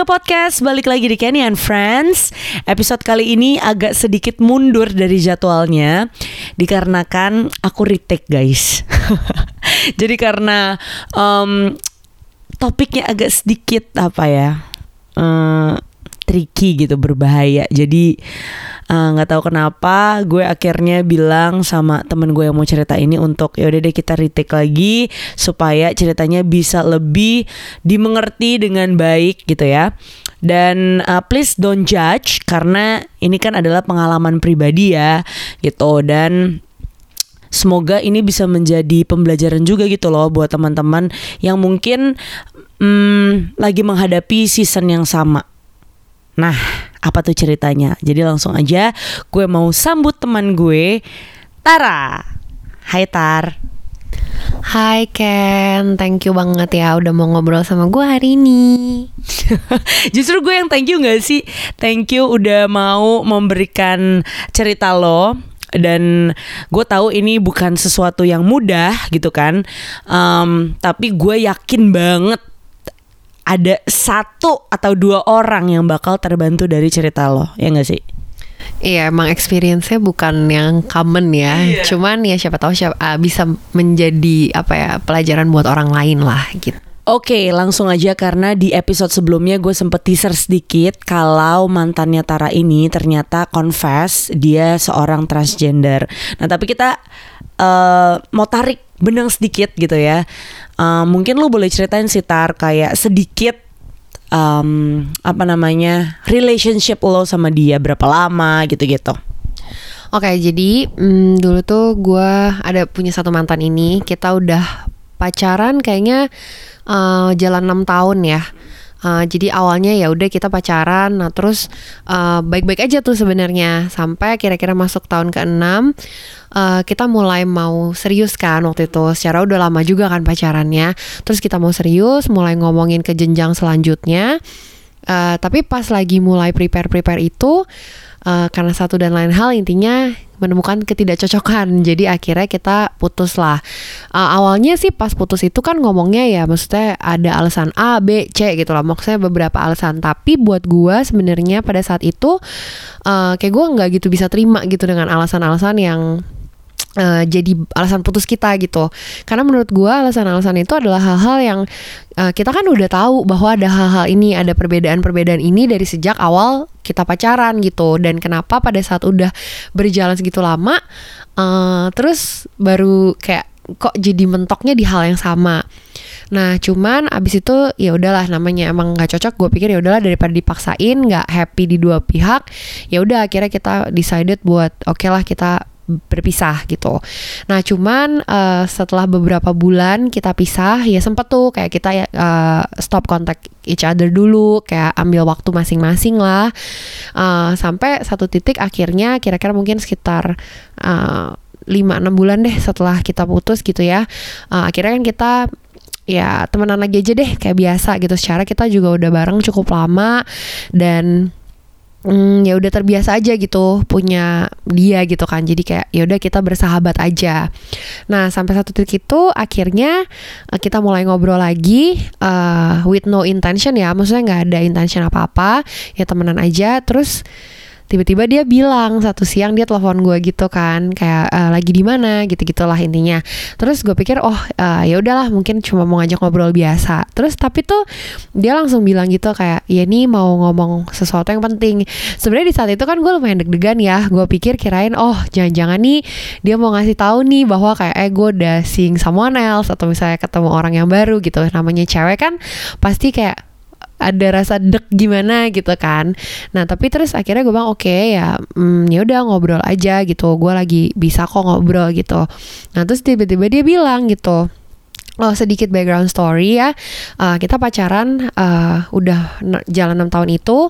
ke podcast, balik lagi di Kenny and Friends. Episode kali ini agak sedikit mundur dari jadwalnya dikarenakan aku retake guys. Jadi karena topiknya agak sedikit tricky gitu, berbahaya. Jadi nggak tahu kenapa gue akhirnya bilang sama temen gue yang mau cerita ini untuk ya udah deh kita retake lagi supaya ceritanya bisa lebih dimengerti dengan baik gitu ya. Dan please don't judge karena ini kan adalah pengalaman pribadi ya gitu, dan semoga ini bisa menjadi pembelajaran juga gitu loh buat teman-teman yang mungkin lagi menghadapi season yang sama. Nah, apa tuh ceritanya? Jadi langsung aja gue mau sambut teman gue, Tara. Hai Tar. Hai Ken, thank you banget ya udah mau ngobrol sama gue hari ini. Justru gue yang thank you gak sih? Thank you udah mau memberikan cerita lo. Dan gue tahu ini bukan sesuatu yang mudah gitu kan, tapi gue yakin banget ada 1 atau 2 orang yang bakal terbantu dari cerita lo, ya gak sih? Iya, emang experience-nya bukan yang common ya. Iya. Cuman ya siapa tahu bisa menjadi pelajaran buat orang lain lah gitu. Oke, langsung aja karena di episode sebelumnya gue sempet teaser sedikit kalau mantannya Tara ini ternyata confess dia seorang transgender. Nah tapi kita mau tarik benang sedikit gitu ya. Mungkin lo boleh ceritain sih Tar kayak sedikit relationship lo sama dia berapa lama gitu-gitu. Oke, jadi dulu tuh gue punya satu mantan ini. Kita udah pacaran kayaknya jalan 6 tahun ya. Jadi awalnya ya udah kita pacaran, nah terus baik-baik aja tuh sebenarnya sampai kira-kira masuk tahun ke-6 kita mulai mau serius kan waktu itu. Secara udah lama juga kan pacarannya. Terus kita mau serius, mulai ngomongin ke jenjang selanjutnya. Tapi pas lagi mulai prepare itu karena satu dan lain hal, intinya menemukan ketidakcocokan. Jadi akhirnya kita putus lah. Awalnya sih pas putus itu kan ngomongnya ya maksudnya ada alasan A, B, C gitu lah. Maksudnya beberapa alasan. Tapi buat gue sebenarnya pada saat itu kayak gue gak gitu bisa terima gitu dengan alasan-alasan yang jadi alasan putus kita gitu. Karena menurut gue alasan-alasan itu adalah hal-hal yang kita kan udah tahu bahwa ada hal-hal ini, ada perbedaan-perbedaan ini dari sejak awal kita pacaran gitu. Dan kenapa pada saat udah berjalan segitu lama terus baru kayak kok jadi mentoknya di hal yang sama. Nah cuman abis itu ya udahlah, namanya emang nggak cocok. Gue pikir ya udahlah daripada dipaksain nggak happy di dua pihak, ya udah akhirnya kita decided buat oke lah kita berpisah gitu. Nah cuman setelah beberapa bulan kita pisah, ya sempet tuh kayak kita stop contact each other dulu, kayak ambil waktu masing-masing lah, sampai satu titik akhirnya kira-kira mungkin sekitar 5-6 bulan deh setelah kita putus gitu ya, akhirnya kan kita ya temenan lagi aja deh kayak biasa gitu. Secara kita juga udah bareng cukup lama dan ya udah terbiasa aja gitu punya dia gitu kan. Jadi kayak ya udah kita bersahabat aja. Nah sampai satu titik itu akhirnya kita mulai ngobrol lagi with no intention ya, maksudnya nggak ada intention apa-apa, ya temenan aja. Terus tiba-tiba dia bilang satu siang, dia telepon gue gitu kan, kayak lagi di mana gitu-gitulah intinya. Terus gue pikir ya udahlah mungkin cuma mau ngajak ngobrol biasa. Terus tapi tuh dia langsung bilang gitu kayak ya nih mau ngomong sesuatu yang penting. Sebenarnya di saat itu kan gue lumayan deg-degan ya. Gue kirain jangan-jangan nih dia mau ngasih tahu nih bahwa kayak gue udah seeing someone else, atau misalnya ketemu orang yang baru gitu. Namanya cewek kan pasti kayak ada rasa deg gimana gitu kan. Nah tapi terus akhirnya gue bilang oke ya udah ngobrol aja gitu, gue lagi bisa kok ngobrol gitu. Nah terus tiba-tiba dia bilang gitu, sedikit background story ya, kita pacaran udah jalan 6 tahun itu,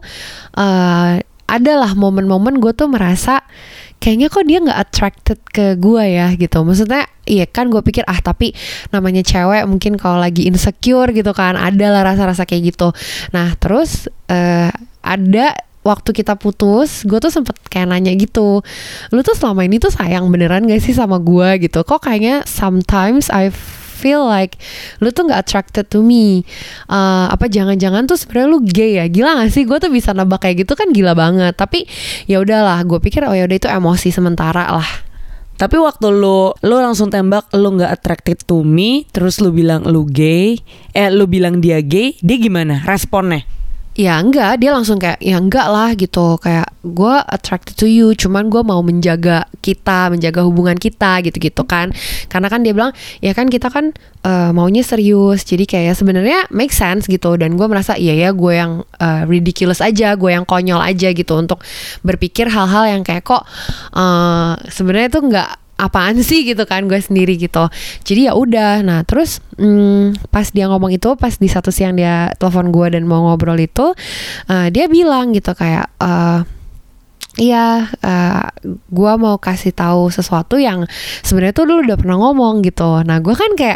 adalah momen-momen gue tuh merasa kayaknya kok dia gak attracted ke gue ya gitu. Maksudnya iya kan gue pikir tapi namanya cewek mungkin kalau lagi insecure gitu kan, ada lah rasa-rasa kayak gitu. Nah terus ada waktu kita putus, gue tuh sempet kayak nanya gitu, lu tuh selama ini tuh sayang beneran gak sih sama gue gitu? Kok kayaknya sometimes I feel like lu tuh nggak attracted to me. Apa jangan-jangan tuh sebenarnya lu gay ya? Gila gak sih? Gue tuh bisa nebak kayak gitu kan, gila banget. Tapi ya udahlah, gue pikir oh ya udah itu emosi sementara lah. Tapi waktu lu langsung tembak lu nggak attracted to me, terus lu bilang lu gay, lu bilang dia gay, dia gimana responnya? Ya enggak, dia langsung kayak ya enggak lah gitu, kayak gue attracted to you, cuman gue mau menjaga hubungan kita gitu-gitu kan. Karena kan dia bilang ya kan kita kan maunya serius, jadi kayak sebenarnya make sense gitu. Dan gue merasa iya ya, gue yang ridiculous aja, gue yang konyol aja gitu untuk berpikir hal-hal yang kayak kok sebenarnya tuh enggak apaan sih gitu kan, gue sendiri gitu. Jadi ya udah. Nah terus pas dia ngomong itu, pas di satu siang dia telepon gue dan mau ngobrol itu, dia bilang gitu kayak iya, gue mau kasih tahu sesuatu yang sebenarnya tuh dulu udah pernah ngomong gitu. Nah gue kan kayak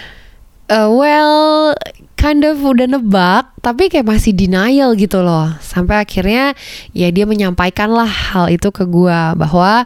well kind of udah nebak, tapi kayak masih denial gitu loh. Sampai akhirnya ya dia menyampaikan lah hal itu ke gue, bahwa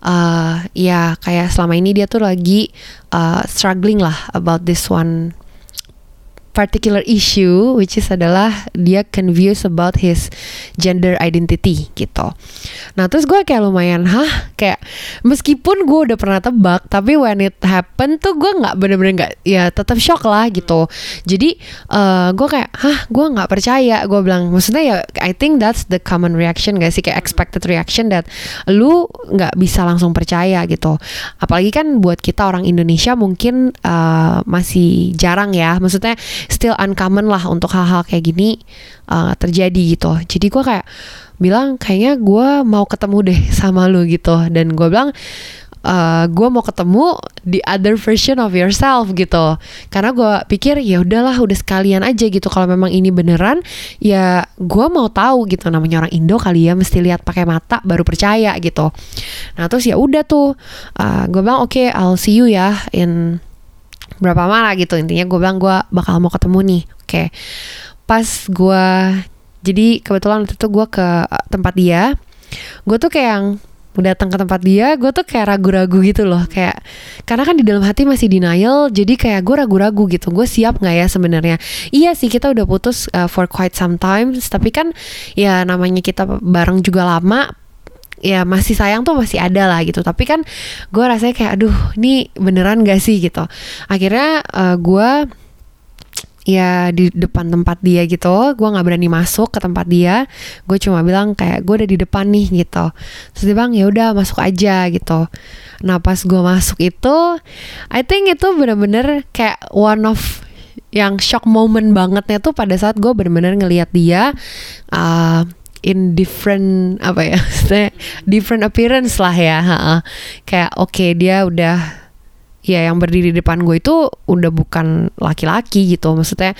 ya kayak selama ini dia tuh lagi struggling lah about this one particular issue, which is adalah dia confused about his gender identity gitu. Nah terus gue kayak lumayan kayak meskipun gue udah pernah tebak, tapi when it happen tuh gue nggak bener-bener nggak, ya tetap shock lah gitu. Jadi gue kayak gue nggak percaya. Gue bilang maksudnya ya I think that's the common reaction gak sih, kayak expected reaction, that lu nggak bisa langsung percaya gitu. Apalagi kan buat kita orang Indonesia mungkin masih jarang ya, maksudnya still uncommon lah untuk hal-hal kayak gini terjadi gitu. Jadi gue kayak bilang kayaknya gue mau ketemu deh sama lu gitu. Dan gue bilang gue mau ketemu the other version of yourself gitu. Karena gue pikir ya udahlah, udah sekalian aja gitu. Kalau memang ini beneran, ya gue mau tahu gitu. Namanya orang Indo kali ya, mesti lihat pakai mata baru percaya gitu. Nah terus ya udah tuh, gue bilang oke, I'll see you ya in berapa malah gitu. Intinya gue bilang gue bakal mau ketemu nih. Oke. Pas gue, jadi kebetulan waktu itu gue ke tempat dia, gue tuh kayak yang datang ke tempat dia, gue tuh kayak ragu-ragu gitu loh, kayak karena kan di dalam hati masih denial, jadi kayak gue ragu-ragu gitu, gue siap nggak ya sebenarnya. Iya sih, kita udah putus for quite some time, tapi kan ya namanya kita bareng juga lama, ya masih sayang tuh masih ada lah gitu. Tapi kan gue rasanya kayak aduh ini beneran gak sih gitu. Akhirnya gue ya di depan tempat dia gitu, gue nggak berani masuk ke tempat dia. Gue cuma bilang kayak gue udah di depan nih gitu. Terus dia bilang ya udah masuk aja gitu. Nah pas gue masuk itu, I think itu bener-bener kayak one of yang shock moment bangetnya tuh pada saat gue bener-bener ngelihat dia in different different appearance lah ya. Kayak oke, dia udah ya yang berdiri di depan gue itu udah bukan laki-laki gitu. Maksudnya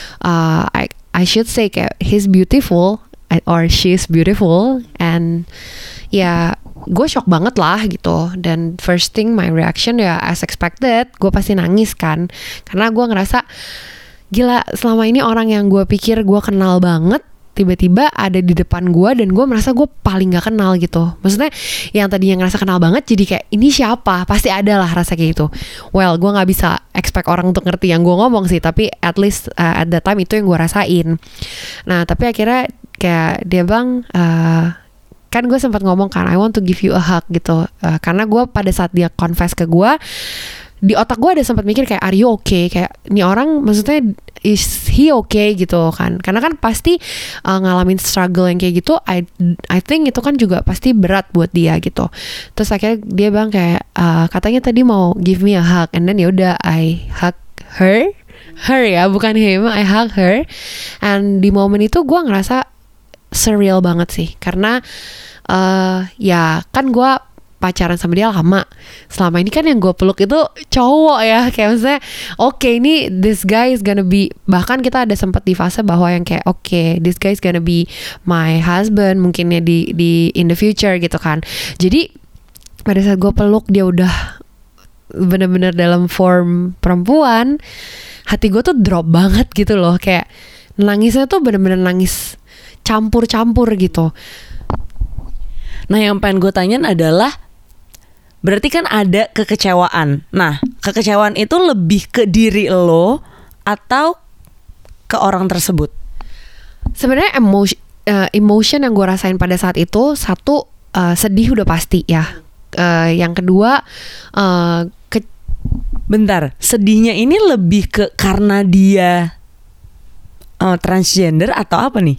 I should say kayak he's beautiful or she's beautiful, and ya gue shock banget lah gitu. Dan first thing my reaction ya as expected, gue pasti nangis kan, karena gue ngerasa gila, selama ini orang yang gue pikir gue kenal banget tiba-tiba ada di depan gue, dan gue merasa gue paling gak kenal gitu. Maksudnya yang tadinya ngerasa kenal banget jadi kayak ini siapa, pasti ada lah rasa kayak gitu. Well, gue gak bisa expect orang untuk ngerti yang gue ngomong sih, tapi at least at that time itu yang gue rasain. Nah tapi akhirnya kayak dia bilang kan gue sempat ngomong kan I want to give you a hug gitu, karena gue pada saat dia confess ke gue, di otak gue ada sempat mikir kayak are you okay, kayak ini orang maksudnya is he okay gitu kan, karena kan pasti ngalamin struggle yang kayak gitu. I think itu kan juga pasti berat buat dia gitu. Terus akhirnya dia bilang kayak katanya tadi mau give me a hug, and then ya udah I hug her ya, bukan him, I hug her. And di momen itu gue ngerasa surreal banget sih, karena ya kan gue pacaran sama dia lama. Selama ini kan yang gue peluk itu cowok ya, kayak maksudnya oke, ini this guy is gonna be, bahkan kita ada sempat di fase bahwa yang kayak oke, this guy is gonna be my husband mungkinnya di in the future gitu kan. Jadi pada saat gue peluk dia udah bener-bener dalam form perempuan, hati gue tuh drop banget gitu loh, kayak nangisnya tuh bener-bener nangis campur-campur gitu. Nah yang pengen gue tanyain adalah Berarti kan ada kekecewaan. Nah, kekecewaan itu lebih ke diri lo atau ke orang tersebut? Sebenarnya emotion yang gue rasain pada saat itu, satu, sedih udah pasti ya. Yang kedua, bentar, sedihnya ini lebih ke karena dia transgender atau apa nih?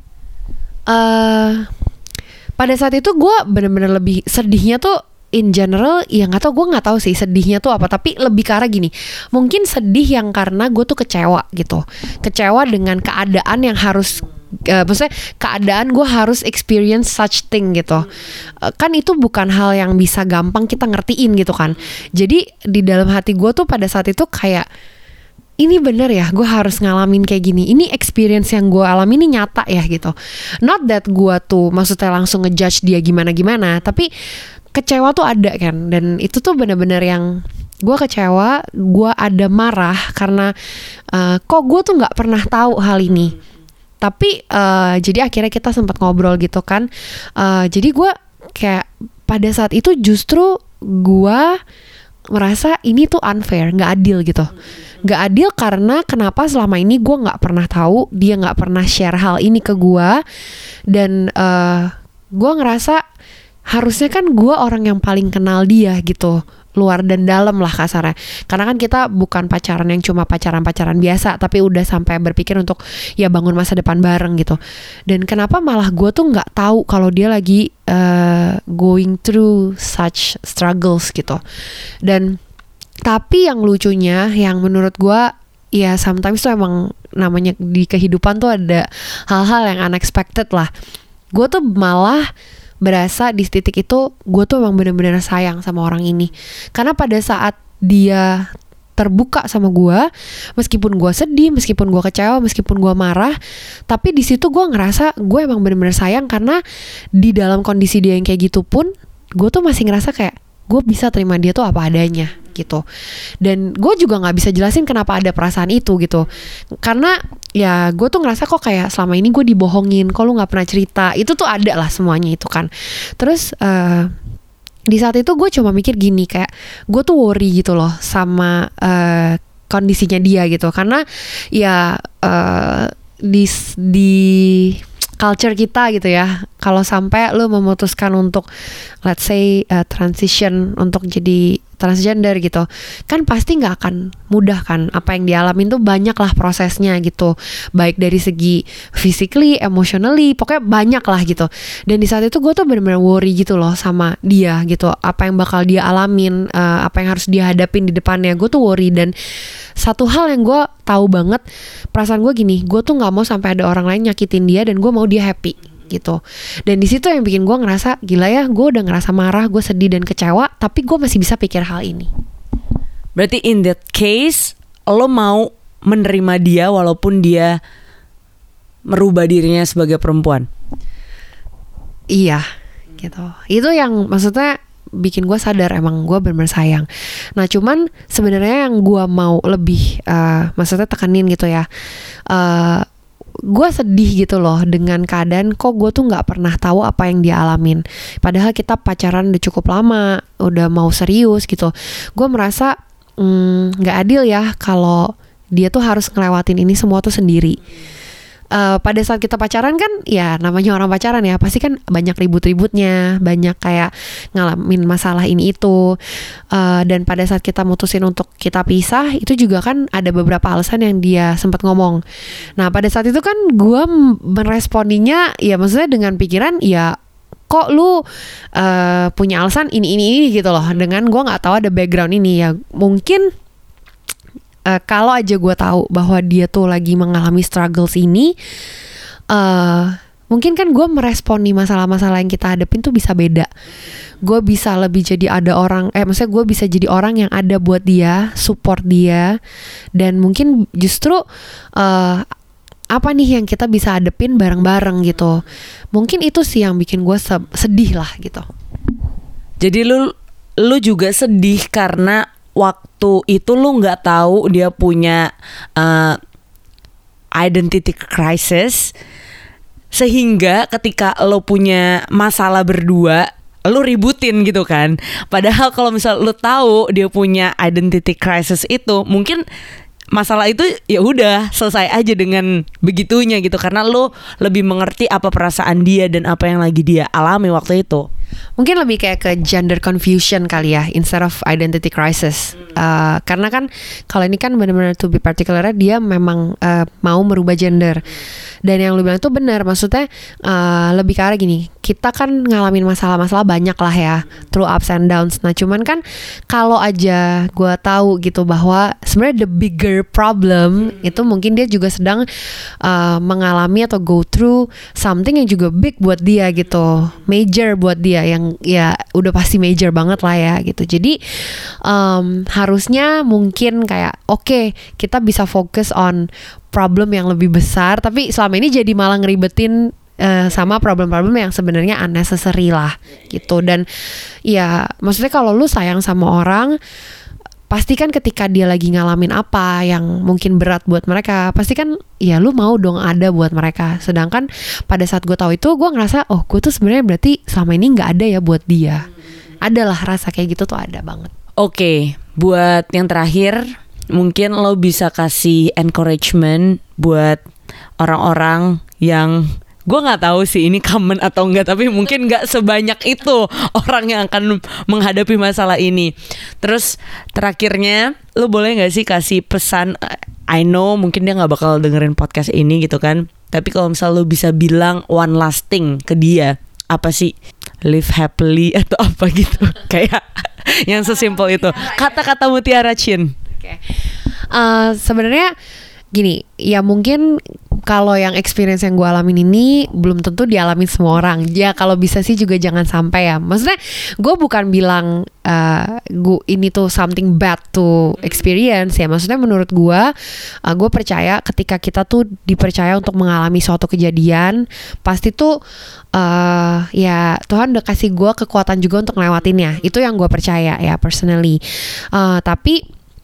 Pada saat itu gue bener-bener lebih sedihnya tuh in general, ya gue nggak tahu sih sedihnya tuh apa, tapi lebih ke arah gini, mungkin sedih yang karena gue tuh kecewa gitu, kecewa dengan keadaan yang harus maksudnya keadaan gue harus experience such thing gitu. Kan itu bukan hal yang bisa gampang kita ngertiin gitu kan. Jadi di dalam hati gue tuh pada saat itu kayak, ini bener ya gue harus ngalamin kayak gini, ini experience yang gue alami ini nyata ya gitu. Not that gue tuh maksudnya langsung ngejudge dia gimana-gimana, tapi kecewa tuh ada kan. Dan itu tuh bener-bener yang gue kecewa, gue ada marah karena kok gue tuh gak pernah tahu hal ini. Tapi jadi akhirnya kita sempat ngobrol gitu kan. Jadi gue kayak pada saat itu justru gue merasa ini tuh unfair, gak adil gitu. Gak adil karena kenapa selama ini gue gak pernah tahu, dia gak pernah share hal ini ke gue. Dan gue ngerasa harusnya kan gue orang yang paling kenal dia gitu, luar dan dalam lah kasarnya. Karena kan kita bukan pacaran yang cuma pacaran-pacaran biasa, tapi udah sampai berpikir untuk ya bangun masa depan bareng gitu. Dan kenapa malah gue tuh nggak tahu kalau dia lagi going through such struggles gitu. Dan tapi yang lucunya, yang menurut gue ya sometimes tuh emang namanya di kehidupan tuh ada hal-hal yang unexpected lah. Gue tuh malah berasa di titik itu gue tuh emang bener-bener sayang sama orang ini. Karena pada saat dia terbuka sama gue, meskipun gue sedih, meskipun gue kecewa, meskipun gue marah, tapi di situ gue ngerasa gue emang bener-bener sayang. Karena di dalam kondisi dia yang kayak gitu pun, gue tuh masih ngerasa kayak gue bisa terima dia tuh apa adanya gitu. Dan gue juga gak bisa jelasin kenapa ada perasaan itu gitu. Karena ya gue tuh ngerasa kok kayak selama ini gue dibohongin, kok lu gak pernah cerita. Itu tuh ada lah semuanya itu kan. Terus di saat itu gue cuma mikir gini, kayak gue tuh worry gitu loh sama kondisinya dia gitu. Karena ya di culture kita gitu ya, kalau sampai lu memutuskan untuk let's say transition untuk jadi transgender gitu, kan pasti nggak akan mudah kan. Apa yang dialamin tuh banyak lah prosesnya gitu, baik dari segi physically, emotionally, pokoknya banyak lah gitu. Dan di saat itu gue tuh bener-bener worry gitu loh sama dia gitu, apa yang bakal dia alamin, apa yang harus dia hadapin di depannya. Gue tuh worry. Dan satu hal yang gue tahu banget, perasaan gue gini, gue tuh nggak mau sampai ada orang lain nyakitin dia, dan gue mau dia happy gitu. Dan di situ yang bikin gue ngerasa gila ya, gue udah ngerasa marah, gue sedih dan kecewa, tapi gue masih bisa pikir hal ini. Berarti in that case lo mau menerima dia walaupun dia merubah dirinya sebagai perempuan? Iya gitu. Itu yang maksudnya bikin gue sadar emang gue bener-bener sayang. Nah cuman sebenarnya yang gue mau lebih maksudnya tekanin gitu ya, gue sedih gitu loh dengan keadaan kok gue tuh gak pernah tahu apa yang dia alamin. Padahal kita pacaran udah cukup lama, udah mau serius gitu. Gue merasa gak adil ya kalau dia tuh harus ngelewatin ini semua tuh sendiri. Pada saat kita pacaran kan ya namanya orang pacaran ya, pasti kan banyak ribut-ributnya, banyak kayak ngalamin masalah ini itu. Dan pada saat kita mutusin untuk kita pisah, itu juga kan ada beberapa alasan yang dia sempat ngomong. Nah pada saat itu kan gue meresponinya ya maksudnya dengan pikiran ya kok lu punya alasan ini gitu loh, dengan gue nggak tahu ada background ini ya. Mungkin kalau aja gue tahu bahwa dia tuh lagi mengalami struggles ini, mungkin kan gue meresponi masalah-masalah yang kita hadapin tuh bisa beda. Gue bisa lebih jadi ada orang, maksudnya gue bisa jadi orang yang ada buat dia, support dia, dan mungkin justru apa nih yang kita bisa hadapin bareng-bareng gitu. Mungkin itu sih yang bikin gue sedih lah gitu. Jadi lu juga sedih karena waktu itu lu nggak tahu dia punya identity crisis, sehingga ketika lo punya masalah berdua, lu ributin gitu kan. Padahal kalau misal lu tahu dia punya identity crisis itu, mungkin masalah itu ya udah selesai aja dengan begitunya gitu, karena lu lebih mengerti apa perasaan dia dan apa yang lagi dia alami waktu itu. Mungkin lebih kayak ke gender confusion kali ya, instead of identity crisis. Karena kan kalau ini kan benar-benar to be particular, dia memang mau merubah gender. Dan yang lu bilang itu benar, maksudnya lebih ke arah gini, kita kan ngalamin masalah-masalah banyak lah ya, through ups and downs. Nah cuman kan kalau aja gue tahu gitu bahwa sebenarnya the bigger problem itu mungkin dia juga sedang mengalami atau go through something yang juga big buat dia gitu, major buat dia, yang ya udah pasti major banget lah ya gitu. Jadi harusnya mungkin kayak oke, kita bisa fokus on problem yang lebih besar, tapi selama ini jadi malah ngeribetin sama problem-problem yang sebenarnya unnecessary lah gitu. Dan ya maksudnya kalau lu sayang sama orang, pastikan ketika dia lagi ngalamin apa yang mungkin berat buat mereka, pasti kan ya lu mau dong ada buat mereka. Sedangkan pada saat gue tahu itu, gue ngerasa oh gue tuh sebenarnya berarti selama ini nggak ada ya buat dia. Adalah rasa kayak gitu tuh ada banget. Oke, buat yang terakhir, mungkin lo bisa kasih encouragement buat orang-orang yang, gue nggak tahu sih ini common atau enggak, tapi mungkin nggak sebanyak itu orang yang akan menghadapi masalah ini. Terus terakhirnya, lo boleh nggak sih kasih pesan? I know mungkin dia nggak bakal dengerin podcast ini gitu kan, tapi kalau misal lo bisa bilang one last thing ke dia, apa sih? Live happily atau apa gitu. Kayak yang sesimpel itu. Kata-kata mutiara Chin. Oke. Sebenarnya gini, ya mungkin kalau yang experience yang gue alamin ini belum tentu dialami semua orang. Ya kalau bisa sih juga jangan sampai ya. Maksudnya gue bukan bilang ini tuh something bad to experience ya. Maksudnya menurut gue percaya ketika kita tuh dipercaya untuk mengalami suatu kejadian, pasti tuh ya Tuhan udah kasih gue kekuatan juga untuk ngelewatinnya. Itu yang gue percaya ya personally. Tapi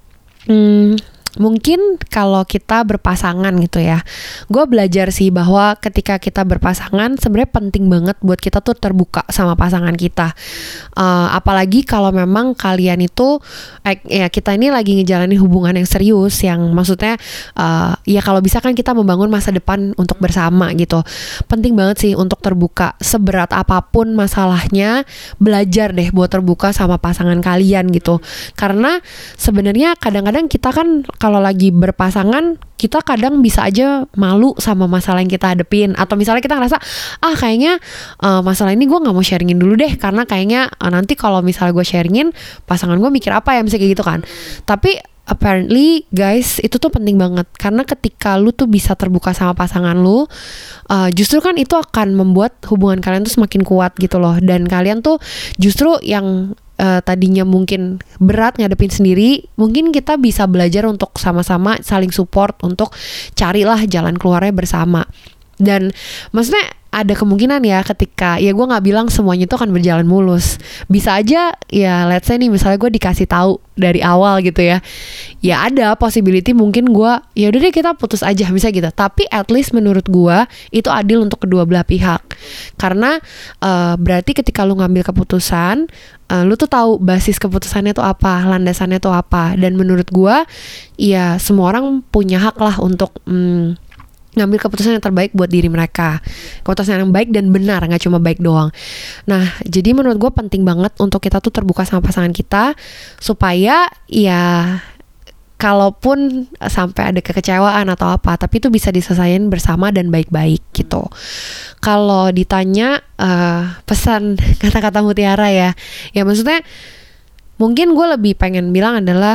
mungkin kalau kita berpasangan gitu ya, gue belajar sih bahwa ketika kita berpasangan sebenarnya penting banget buat kita tuh terbuka sama pasangan kita. Apalagi kalau memang kalian itu ya kita ini lagi ngejalanin hubungan yang serius, yang maksudnya ya kalau bisa kan kita membangun masa depan untuk bersama gitu. Penting banget sih untuk terbuka, seberat apapun masalahnya, belajar deh buat terbuka sama pasangan kalian gitu. Karena sebenarnya kadang-kadang kita kan kalau lagi berpasangan, kita kadang bisa aja malu sama masalah yang kita hadepin, atau misalnya kita ngerasa kayaknya masalah ini gue nggak mau sharingin dulu deh, karena kayaknya nanti kalau misalnya gue sharingin pasangan gue mikir apa ya, misalnya kayak gitu kan. Tapi apparently guys, itu tuh penting banget, karena ketika lu tuh bisa terbuka sama pasangan lu, justru kan itu akan membuat hubungan kalian tuh semakin kuat gitu loh. Dan kalian tuh justru yang tadinya mungkin berat ngadepin sendiri, mungkin kita bisa belajar untuk sama-sama saling support untuk carilah jalan keluarnya bersama. Dan maksudnya ada kemungkinan ya ketika, ya gue gak bilang semuanya itu akan berjalan mulus. Bisa aja ya let's say nih misalnya gue dikasih tahu dari awal gitu ya, ya ada possibility mungkin gue ya udah deh kita putus aja misalnya gitu. Tapi at least menurut gue itu adil untuk kedua belah pihak. Karena berarti ketika lu ngambil keputusan, lu tuh tahu basis keputusannya tuh apa, landasannya tuh apa. Dan menurut gue ya semua orang punya hak lah untuk ngambil keputusan yang terbaik buat diri mereka, keputusan yang baik dan benar, gak cuma baik doang. Nah jadi menurut gue penting banget untuk kita tuh terbuka sama pasangan kita, supaya ya kalaupun sampai ada kekecewaan atau apa, tapi itu bisa diselesaikan bersama dan baik-baik gitu. Kalau ditanya pesan kata-kata mutiara ya maksudnya mungkin gue lebih pengen bilang adalah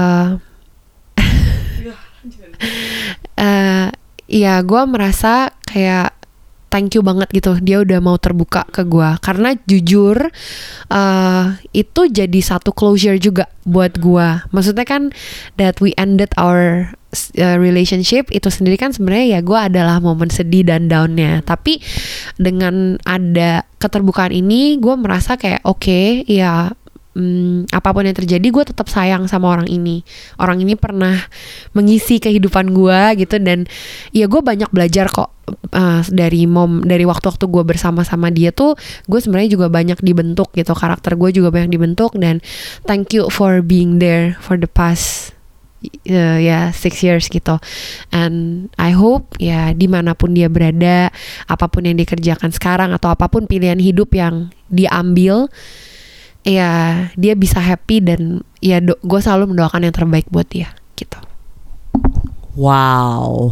ya gue merasa kayak thank you banget gitu, dia udah mau terbuka ke gue. Karena jujur itu jadi satu closure juga buat gue. Maksudnya kan that we ended our relationship itu sendiri kan sebenarnya ya gue adalah momen sedih dan downnya. Tapi dengan ada keterbukaan ini, gue merasa kayak oke, ya apapun yang terjadi gue tetap sayang sama orang ini pernah mengisi kehidupan gue gitu. Dan ya gue banyak belajar kok dari waktu-waktu gue bersama-sama dia tuh gue sebenarnya juga banyak dibentuk gitu, karakter gue juga banyak dibentuk. Dan thank you for being there for the past 6 years gitu. And I hope ya dimanapun dia berada, apapun yang dikerjakan sekarang atau apapun pilihan hidup yang diambil, ya dia bisa happy. Dan ya gue selalu mendoakan yang terbaik buat dia gitu. Wow.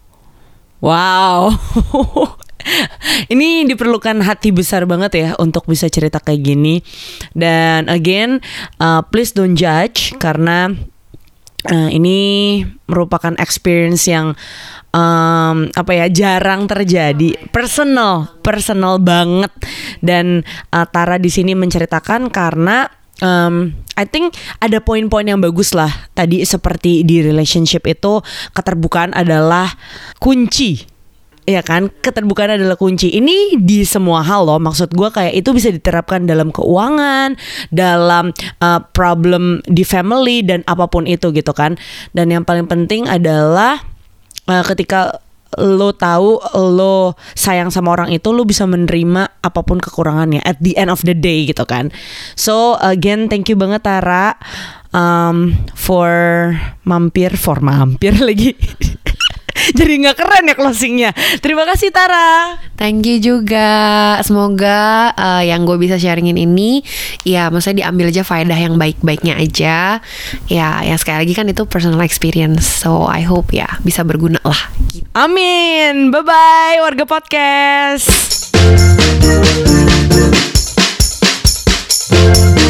Ini diperlukan hati besar banget ya untuk bisa cerita kayak gini. Dan again, please don't judge, karena ini merupakan experience yang jarang terjadi, personal banget. Dan Tara di sini menceritakan karena I think ada poin-poin yang bagus lah tadi, seperti di relationship itu keterbukaan adalah kunci. Ya kan, keterbukaan adalah kunci. Ini di semua hal loh. Maksud gue kayak itu bisa diterapkan dalam keuangan, dalam problem di family, dan apapun itu gitu kan. Dan yang paling penting adalah ketika lo tahu lo sayang sama orang itu, lo bisa menerima apapun kekurangannya at the end of the day gitu kan. So again, thank you banget Tara for mampir lagi. Jadi gak keren ya closingnya. Terima kasih Tara. Thank you juga. Semoga yang gue bisa sharingin ini, ya maksudnya diambil aja faedah yang baik-baiknya aja. Ya yang sekali lagi kan itu personal experience. So I hope ya bisa berguna lah. Amin. Bye-bye warga podcast.